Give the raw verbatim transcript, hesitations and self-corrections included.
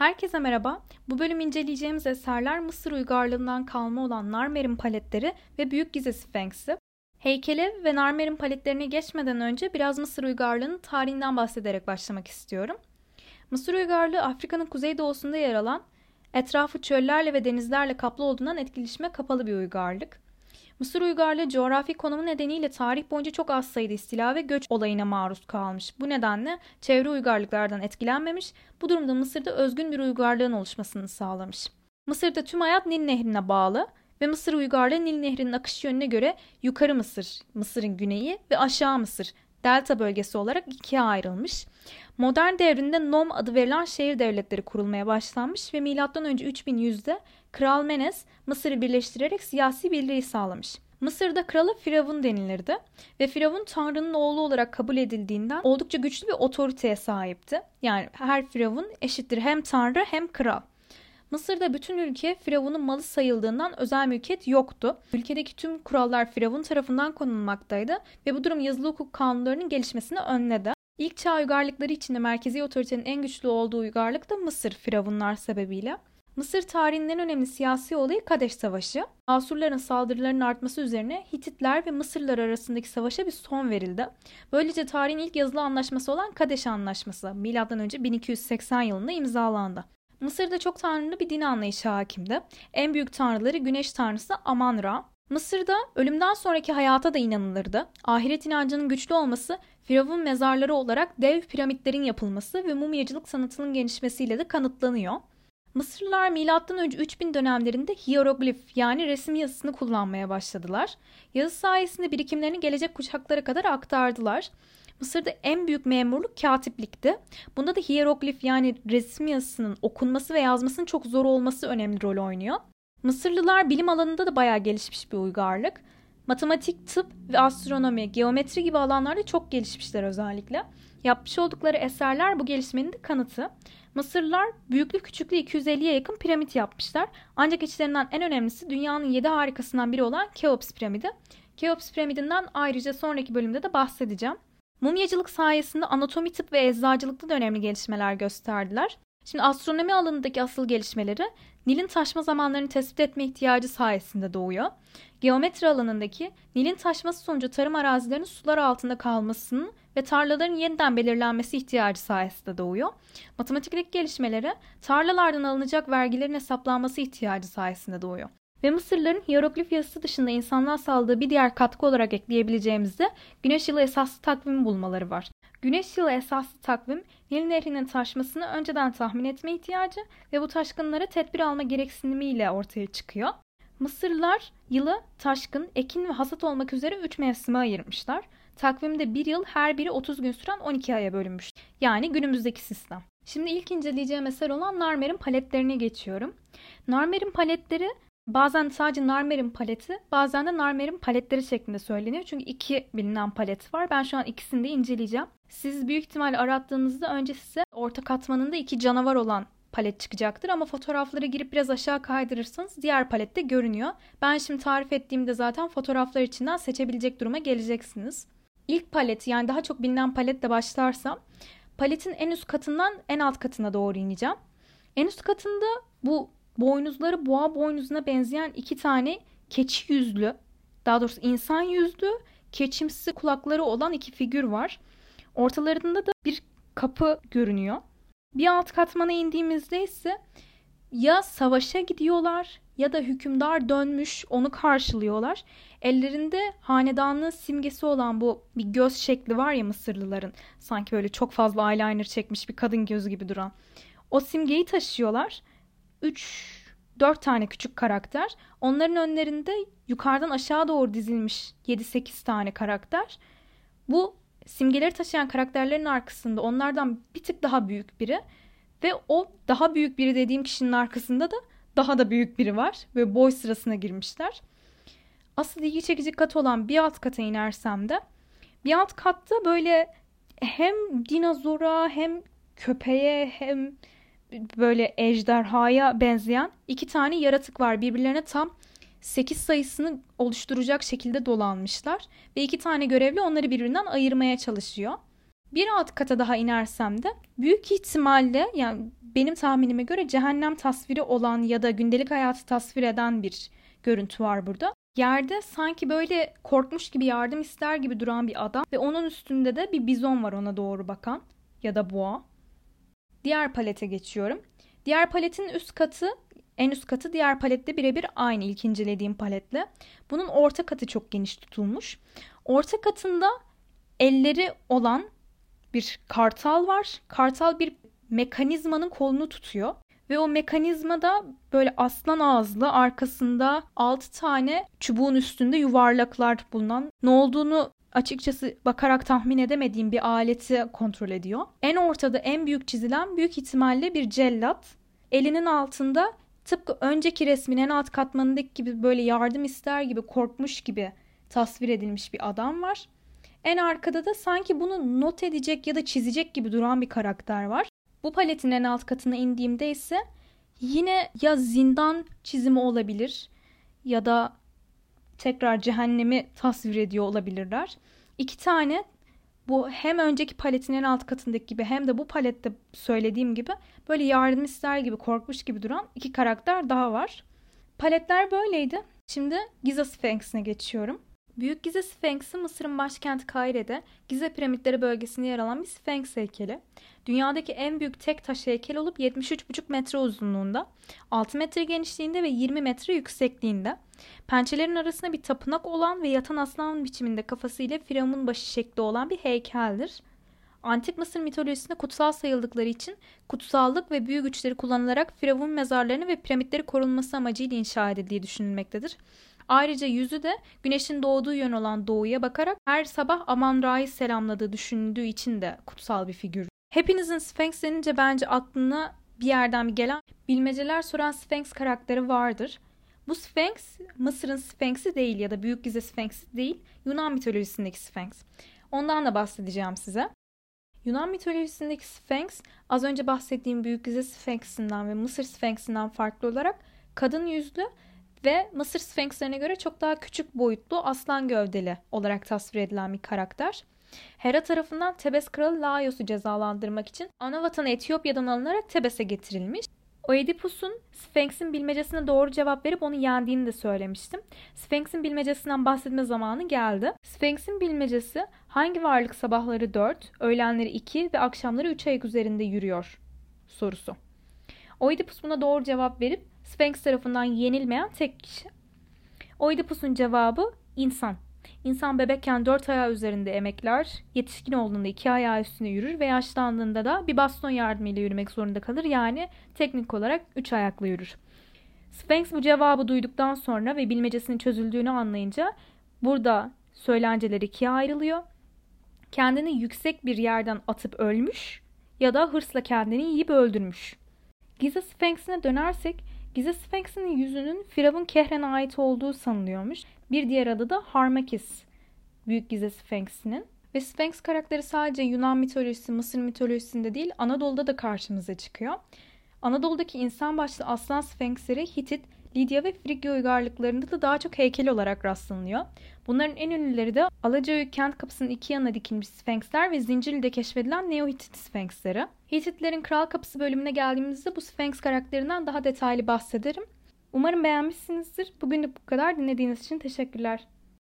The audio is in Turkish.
Herkese merhaba. Bu bölüm inceleyeceğimiz eserler Mısır uygarlığından kalma olan Narmerin paletleri ve Büyük Gize Sfenksi. Heykele ve Narmerin paletlerine geçmeden önce biraz Mısır uygarlığının tarihinden bahsederek başlamak istiyorum. Mısır uygarlığı Afrika'nın kuzeydoğusunda yer alan, etrafı çöllerle ve denizlerle kaplı olduğundan etkileşime kapalı bir uygarlık. Mısır uygarlığı coğrafi konumu nedeniyle tarih boyunca çok az sayıda istila ve göç olayına maruz kalmış. Bu nedenle çevre uygarlıklardan etkilenmemiş, bu durumda Mısır'da özgün bir uygarlığın oluşmasını sağlamış. Mısır'da tüm hayat Nil Nehri'ne bağlı ve Mısır uygarlığı Nil Nehri'nin akış yönüne göre Yukarı Mısır, Mısır'ın güneyi ve Aşağı Mısır, Delta bölgesi olarak ikiye ayrılmış. Modern devrinde Nom adı verilen şehir devletleri kurulmaya başlanmış ve milattan önce üç bin yüzde Kral Menes Mısır'ı birleştirerek siyasi birliği sağlamış. Mısır'da krala Firavun denilirdi ve Firavun Tanrı'nın oğlu olarak kabul edildiğinden oldukça güçlü bir otoriteye sahipti. Yani her Firavun eşittir hem Tanrı hem kral. Mısır'da bütün ülke Firavun'un malı sayıldığından özel mülkiyet yoktu. Ülkedeki tüm kurallar Firavun tarafından konulmaktaydı ve bu durum yazılı hukuk kanunlarının gelişmesini önledi. İlk çağ uygarlıkları içinde merkezi otoritenin en güçlü olduğu uygarlık da Mısır Firavunlar sebebiyle. Mısır tarihinin en önemli siyasi olayı Kadeş Savaşı. Asurların saldırılarının artması üzerine Hititler ve Mısırlılar arasındaki savaşa bir son verildi. Böylece tarihin ilk yazılı anlaşması olan Kadeş Anlaşması milattan önce bin iki yüz seksen yılında imzalandı. Mısır'da çok tanrılı bir din anlayışı hakimdi. En büyük tanrıları güneş tanrısı Aman-Ra. Mısır'da ölümden sonraki hayata da inanılırdı. Ahiret inancının güçlü olması, Firavun mezarları olarak dev piramitlerin yapılması ve mumyacılık sanatının gelişmesiyle de kanıtlanıyor. Mısırlılar milattan önce üç bin dönemlerinde hieroglif yani resim yazısını kullanmaya başladılar. Yazı sayesinde birikimlerini gelecek kuşaklara kadar aktardılar. Mısır'da en büyük memurluk katiplikti. Bunda da hieroglif yani resim yazısının okunması ve yazmasının çok zor olması önemli rol oynuyor. Mısırlılar bilim alanında da bayağı gelişmiş bir uygarlık. Matematik, tıp ve astronomi, geometri gibi alanlarda çok gelişmişler özellikle. Yapmış oldukları eserler bu gelişmenin de kanıtı. Mısırlılar büyüklü küçüklü iki yüz elliye yakın piramit yapmışlar. Ancak içlerinden en önemlisi dünyanın yedi harikasından biri olan Keops piramidi. Keops piramidinden ayrıca sonraki bölümde de bahsedeceğim. Mumyacılık sayesinde anatomi, tıp ve eczacılıkta da önemli gelişmeler gösterdiler. Şimdi astronomi alanındaki asıl gelişmeleri Nil'in taşma zamanlarını tespit etme ihtiyacı sayesinde doğuyor. Geometri alanındaki Nil'in taşması sonucu tarım arazilerinin sular altında kalmasının ve tarlaların yeniden belirlenmesi ihtiyacı sayesinde doğuyor. Matematikteki gelişmeleri tarlalardan alınacak vergilerin hesaplanması ihtiyacı sayesinde doğuyor. Ve Mısırlıların hieroglif yazısı dışında insanlığa sağladığı bir diğer katkı olarak ekleyebileceğimiz de güneş yılı esaslı takvimi bulmaları var. Güneş yılı esaslı takvim, Nil Nehri'nin taşmasını önceden tahmin etme ihtiyacı ve bu taşkınlara tedbir alma gereksinimiyle ortaya çıkıyor. Mısırlılar yılı taşkın, ekin ve hasat olmak üzere üç mevsime ayırmışlar. Takvimde bir yıl her biri otuz gün süren on iki aya bölünmüş. Yani günümüzdeki sistem. Şimdi ilk inceleyeceğim eser olan Narmerin paletlerine geçiyorum. Narmerin paletleri bazen sadece Narmerin paleti, bazen de Narmerin paletleri şeklinde söyleniyor. Çünkü iki bilinen palet var. Ben şu an ikisini de inceleyeceğim. Siz büyük ihtimalle arattığınızda önce size orta katmanında iki canavar olan palet çıkacaktır. Ama fotoğraflara girip biraz aşağı kaydırırsanız diğer palette görünüyor. Ben şimdi tarif ettiğimde zaten fotoğraflar içinden seçebilecek duruma geleceksiniz. İlk palet yani daha çok bilinen paletle başlarsam paletin en üst katından en alt katına doğru ineceğim. En üst katında bu boynuzları boğa boynuzuna benzeyen iki tane keçi yüzlü, daha doğrusu insan yüzlü, keçimsi kulakları olan iki figür var. Ortalarında da bir kapı görünüyor. Bir alt katmana indiğimizde ise ya savaşa gidiyorlar ya da hükümdar dönmüş onu karşılıyorlar. Ellerinde hanedanlığın simgesi olan bu bir göz şekli var ya Mısırlıların. Sanki böyle çok fazla eyeliner çekmiş bir kadın gözü gibi duran. O simgeyi taşıyorlar. üç dört tane küçük karakter. Onların önlerinde yukarıdan aşağı doğru dizilmiş yedi sekiz tane karakter. Bu simgeleri taşıyan karakterlerin arkasında onlardan bir tık daha büyük biri ve o daha büyük biri dediğim kişinin arkasında da daha da büyük biri var ve boy sırasına girmişler. Asıl ilgi çekici kat olan bir alt kata inersem de bir alt katta böyle hem dinozora hem köpeğe hem böyle ejderhaya benzeyen iki tane yaratık var. Birbirlerine tam sekiz sayısını oluşturacak şekilde dolanmışlar. Ve iki tane görevli onları birbirinden ayırmaya çalışıyor. Bir alt kata daha inersem de büyük ihtimalle, yani benim tahminime göre cehennem tasviri olan ya da gündelik hayatı tasvir eden bir görüntü var burada. Yerde sanki böyle korkmuş gibi, yardım ister gibi duran bir adam ve onun üstünde de bir bizon var ona doğru bakan ya da boğa. Diğer palete geçiyorum. Diğer paletin üst katı, en üst katı diğer palette birebir aynı ilk incelediğim paletle. Bunun orta katı çok geniş tutulmuş. Orta katında elleri olan bir kartal var. Kartal bir mekanizmanın kolunu tutuyor. Ve o mekanizmada böyle aslan ağızlı, arkasında altı tane çubuğun üstünde yuvarlaklar bulunan, ne olduğunu açıkçası bakarak tahmin edemediğim bir aleti kontrol ediyor. En ortada en büyük çizilen büyük ihtimalle bir cellat. Elinin altında tıpkı önceki resmin en alt katmanındaki gibi böyle yardım ister gibi, korkmuş gibi tasvir edilmiş bir adam var. En arkada da sanki bunu not edecek ya da çizecek gibi duran bir karakter var. Bu paletin en alt katına indiğimde ise yine ya zindan çizimi olabilir ya da tekrar cehennemi tasvir ediyor olabilirler. İki tane, bu hem önceki paletin en alt katındaki gibi hem de bu palette söylediğim gibi böyle yardım ister gibi, korkmuş gibi duran iki karakter daha var. Paletler böyleydi. Şimdi Giza Sphinx'ine geçiyorum. Büyük Gize Sphinx'i Mısır'ın başkenti Kahire'de Gize piramitleri bölgesinde yer alan bir Sphinx heykeli. Dünyadaki en büyük tek taş heykel olup yetmiş üç buçuk metre uzunluğunda, altı metre genişliğinde ve yirmi metre yüksekliğinde. Pençelerin arasında bir tapınak olan ve yatan aslan biçiminde kafasıyla firavun başı şekli olan bir heykeldir. Antik Mısır mitolojisinde kutsal sayıldıkları için kutsallık ve büyü güçleri kullanılarak firavun mezarlarını ve piramitleri korunması amacıyla inşa edildiği düşünülmektedir. Ayrıca yüzü de güneşin doğduğu yön olan doğuya bakarak her sabah Aman-Ra'yı selamladığı düşünüldüğü için de kutsal bir figür. Hepinizin Sphinx denince bence aklına bir yerden bir gelen bilmeceler soran Sphinx karakteri vardır. Bu Sphinx Mısır'ın Sphinx'i değil ya da Büyük Gize Sphinx'i değil, Yunan mitolojisindeki Sphinx. Ondan da bahsedeceğim size. Yunan mitolojisindeki Sphinx, az önce bahsettiğim Büyük Gize Sphinx'inden ve Mısır Sphinx'inden farklı olarak kadın yüzlü ve Mısır Sphinx'lerine göre çok daha küçük boyutlu, aslan gövdeli olarak tasvir edilen bir karakter. Hera tarafından Tebes kralı Laios'u cezalandırmak için ana vatanı Etiyopya'dan alınarak Tebes'e getirilmiş. Oedipus'un Sphinx'in bilmecesine doğru cevap verip onu yendiğini de söylemiştim. Sphinx'in bilmecesinden bahsetme zamanı geldi. Sphinx'in bilmecesi hangi varlık sabahları dört, öğlenleri iki ve akşamları üç ayak üzerinde yürüyor sorusu. Oedipus buna doğru cevap verip Sphinx tarafından yenilmeyen tek kişi. Oedipus'un cevabı insan. İnsan bebekken dört ayağı üzerinde emekler, yetişkin olduğunda iki ayağı üstünde yürür ve yaşlandığında da bir baston yardımıyla yürümek zorunda kalır. Yani teknik olarak üç ayaklı yürür. Sphinx bu cevabı duyduktan sonra ve bilmecesinin çözüldüğünü anlayınca burada söylenceler ikiye ayrılıyor. Kendini yüksek bir yerden atıp ölmüş ya da hırsla kendini yiyip öldürmüş. Gize Sphinx'ine dönersek, Gize Sphinx'inin yüzünün Firavun Kehren'e ait olduğu sanılıyormuş. Bir diğer adı da Harmakis, Büyük Gize Sphinx'inin. Ve Sphinx karakteri sadece Yunan mitolojisi, Mısır mitolojisinde değil, Anadolu'da da karşımıza çıkıyor. Anadolu'daki insan başlı aslan Sphinx'leri Hitit, Lidya ve Frigya uygarlıklarında da daha çok heykel olarak rastlanıyor. Bunların en ünlüleri de Alacayük kent kapısının iki yanına dikilmiş Sphinx'ler ve Zincirli'de keşfedilen Neo-Hitit Sphinx'leri. Hititlerin Kral Kapısı bölümüne geldiğimizde bu Sphinx karakterinden daha detaylı bahsederim. Umarım beğenmişsinizdir. Bugün de bu kadar. Dinlediğiniz için teşekkürler.